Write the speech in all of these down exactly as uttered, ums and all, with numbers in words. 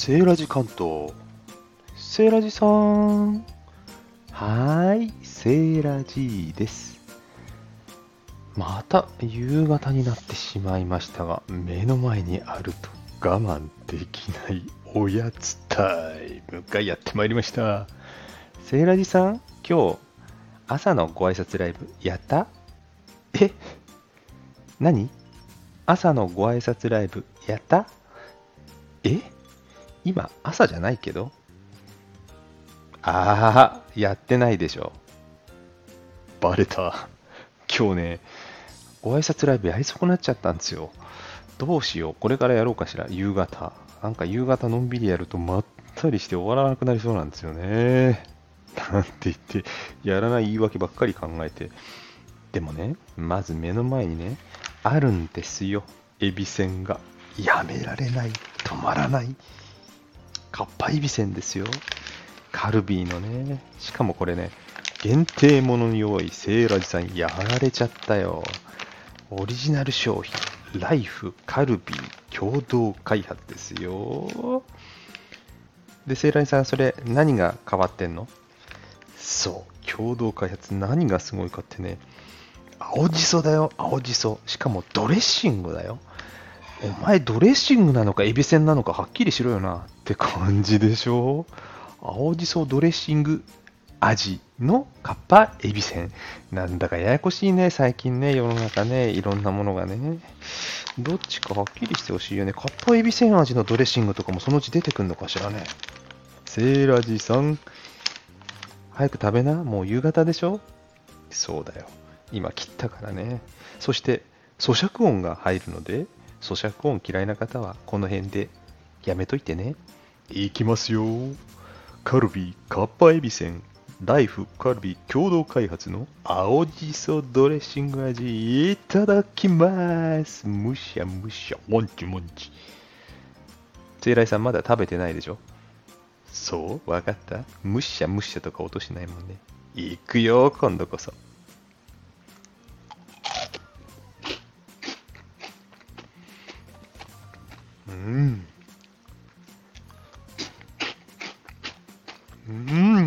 セーラジ関東。セーラジさん。はーい、セーラジです。また夕方になってしまいましたが、目の前にあると我慢できないおやつタイムがやってまいりました。セーラジさん、今日朝のご挨拶ライブやった？え、何？朝のご挨拶ライブやった？え、今朝じゃないけど。ああ、やってないでしょ。バレた。今日ね、ご挨拶ライブやり損なっちゃったんですよ。どうしよう。これからやろうかしら。夕方。なんか夕方のんびりやるとまったりして終わらなくなりそうなんですよね。なんて言って、やらない言い訳ばっかり考えて。でもね、まず目の前にね、あるんですよ。エビせんが。やめられない。止まらない。かっぱえびせんですよ。カルビーのね。しかもこれね、限定ものに多いセーラジさんやられちゃったよ。オリジナル商品、ライフカルビー共同開発ですよ。で、セーラジさん、それ何が変わってんの？そう、共同開発何がすごいかってね、青じそだよ、青じそ。しかもドレッシングだよ。お前ドレッシングなのかエビせんなのかはっきりしろよなって感じでしょ。青じそドレッシング味のカッパエビせん。なんだかややこしいね、最近ね、世の中ね、いろんなものがね。どっちかはっきりしてほしいよね。カッパエビせん味のドレッシングとかもそのうち出てくんのかしらね。セーラジさん、早く食べな。もう夕方でしょ。そうだよ。今切ったからね。そして、咀嚼音が入るので、咀嚼音嫌いな方はこの辺でやめといてね。いきますよ。カルビーカッパエビせんライフカルビー共同開発の青じそドレッシング味いただきます。むしゃむしゃ、もんちもんち。セイライさんまだ食べてないでしょ？そう、わかった。むしゃむしゃとか音しないもんね。いくよ、今度こそ。うん。うん。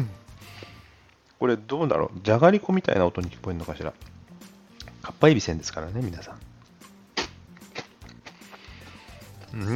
これどうだろう、じゃがりこみたいな音に聞こえるのかしら。かっぱえびせんですからね、皆さん。うん。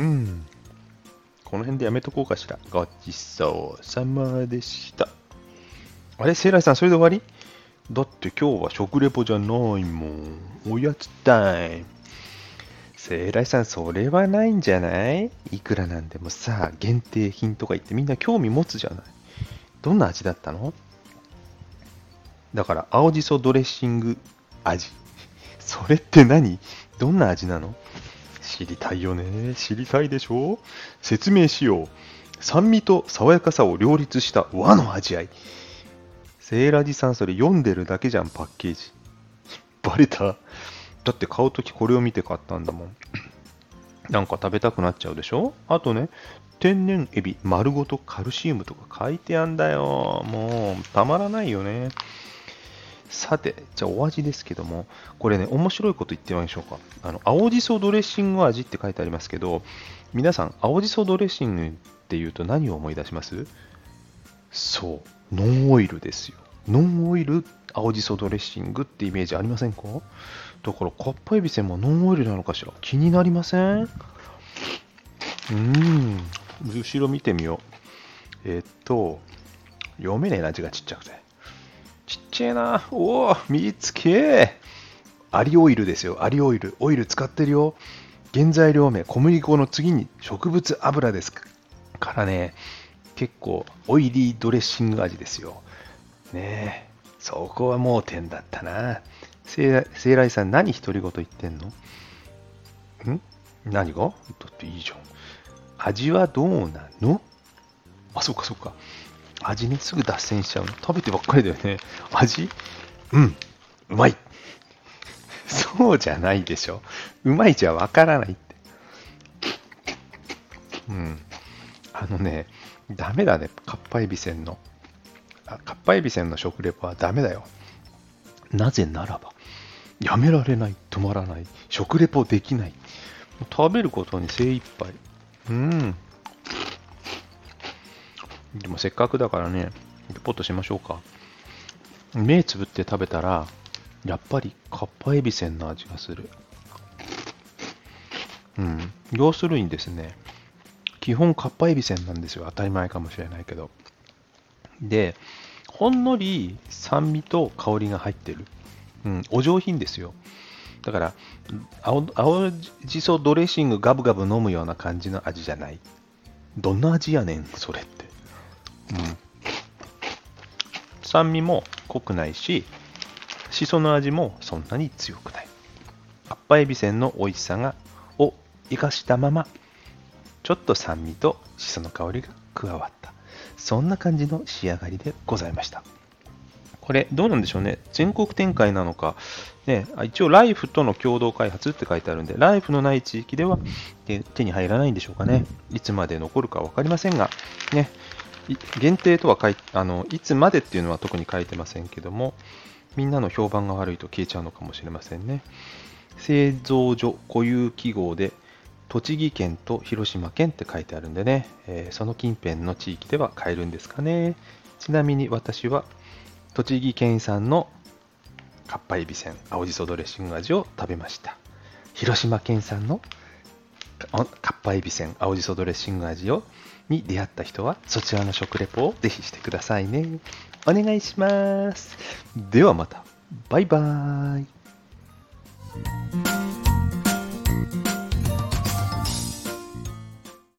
この辺でやめとこうかしら。ごちそうさまでした。あれ、セイライさん、それで終わり？だって今日は食レポじゃないもん。おやつタイム。セイライさん、それはないんじゃない？いくらなんでもさ、限定品とか言ってみんな興味持つじゃない。どんな味だったの？だから、青じそドレッシング味。それって何？どんな味なの？知りたいよね。知りたいでしょ？説明しよう。酸味と爽やかさを両立した和の味わい。セーラジさん、それ読んでるだけじゃん、パッケージ。バレた？だって買うときこれを見て買ったんだもん。なんか食べたくなっちゃうでしょ？あとね、天然エビ丸ごとカルシウムとか書いてあんだよ。もう、たまらないよね。さて、じゃあお味ですけども、これね、面白いこと言ってみましょうか。あの、青じそドレッシング味って書いてありますけど、皆さん、青じそドレッシングっていうと何を思い出します？そう、ノンオイルですよ。ノンオイル青じそドレッシングってイメージありませんか？だから、かっぱえびせんもノンオイルなのかしら？気になりません？うーん、後ろ見てみよう。えーっと、読めねえな、字がちっちゃくて。ちっちゃいな。おお、見つけ。アリオイルですよ。アリオイル。オイル使ってるよ。原材料名、小麦粉の次に植物油ですからね。結構オイリードレッシング味ですよ。ねえ。そこは盲点だったな。せいせいらいさん、何独り言言ってんの？ん何がだっていいじゃん。味はどうなの？あ、そっかそっか。味ね、すぐ脱線しちゃうの。食べてばっかりだよね。味うん、うまい。そうじゃないでしょ。うまいじゃわからないって。うん。あのね、ダメだね。かっぱえびせんの。あ、かっぱえびせんの食レポはダメだよ。なぜならば、やめられない、止まらない、食レポできない。食べることに精一杯。うん。 でもせっかくだからね、リポートしましょうか。目つぶって食べたら、やっぱりカッパエビせんの味がする。うん。要するにですね、基本カッパエビせんなんですよ。当たり前かもしれないけど。で、ほんのり酸味と香りが入ってる。うん、お上品ですよ。だから、青青じそドレッシングガブガブ飲むような感じの味じゃない。どんな味やねん、それって。うん。酸味も濃くないし、しその味もそんなに強くない。カッパエビせんの美味しさがを生かしたまま、ちょっと酸味としその香りが加わった。そんな感じの仕上がりでございました。これ、どうなんでしょうね。全国展開なのか。ね、一応、ライフとの共同開発って書いてあるんで、ライフのない地域では手に入らないんでしょうかね。いつまで残るか分かりませんが、ね、限定とは書いあの、いつまでっていうのは特に書いてませんけども、みんなの評判が悪いと消えちゃうのかもしれませんね。製造所固有記号で、栃木県と広島県って書いてあるんでね、えーその近辺の地域では買えるんですかね。ちなみに私は、栃木県産のかっぱえびせん青じそドレッシング味を食べました。広島県産のかっぱえびせん青じそドレッシング味をに出会った人はそちらの食レポをぜひしてくださいね。お願いします。ではまた。バイバーイ。